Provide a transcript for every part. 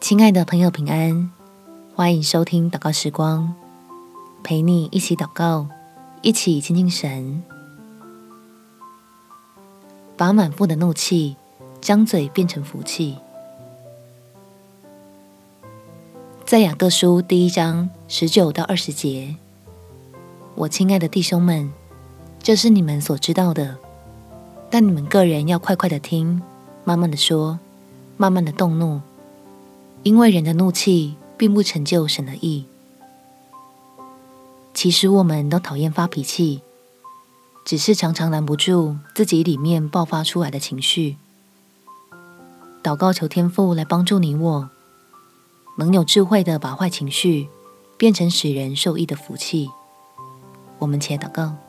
亲爱的朋友平安，欢迎收听祷告时光，陪你一起祷告，一起亲近神。把满腹的怒气张嘴变成福气。在雅各书第1章19到20节，我亲爱的弟兄们，这是你们所知道的，但你们个人要快快的听，慢慢的说，慢慢的动怒，因为人的怒气并不成就神的义。其实我们都讨厌发脾气，只是常常拦不住自己里面爆发出来的情绪。祷告求天父来帮助你我，能有智慧的把坏情绪变成使人受益的福气。我们且祷告。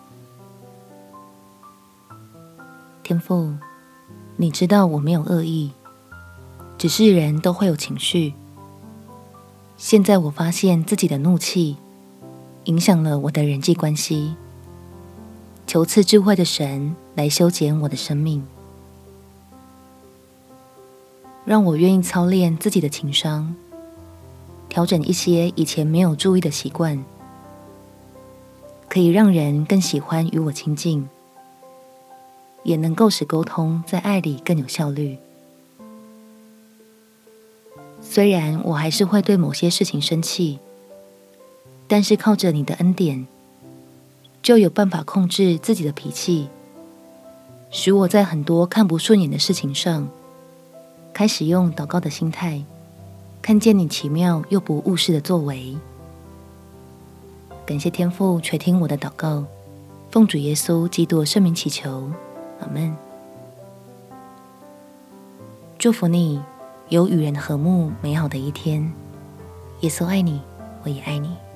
天父，你知道我没有恶意，只是人都会有情绪。现在我发现自己的怒气影响了我的人际关系，求赐智慧的神来修剪我的生命，让我愿意操练自己的情商，调整一些以前没有注意的习惯，可以让人更喜欢与我亲近，也能够使沟通在爱里更有效率。虽然我还是会对某些事情生气，但是靠着你的恩典，就有办法控制自己的脾气，使我在很多看不顺眼的事情上，开始用祷告的心态，看见你奇妙又不误事的作为。感谢天父垂听我的祷告，奉主耶稣基督的圣名祈求，阿们。祝福你有与人和睦美好的一天。耶稣爱你，我也爱你。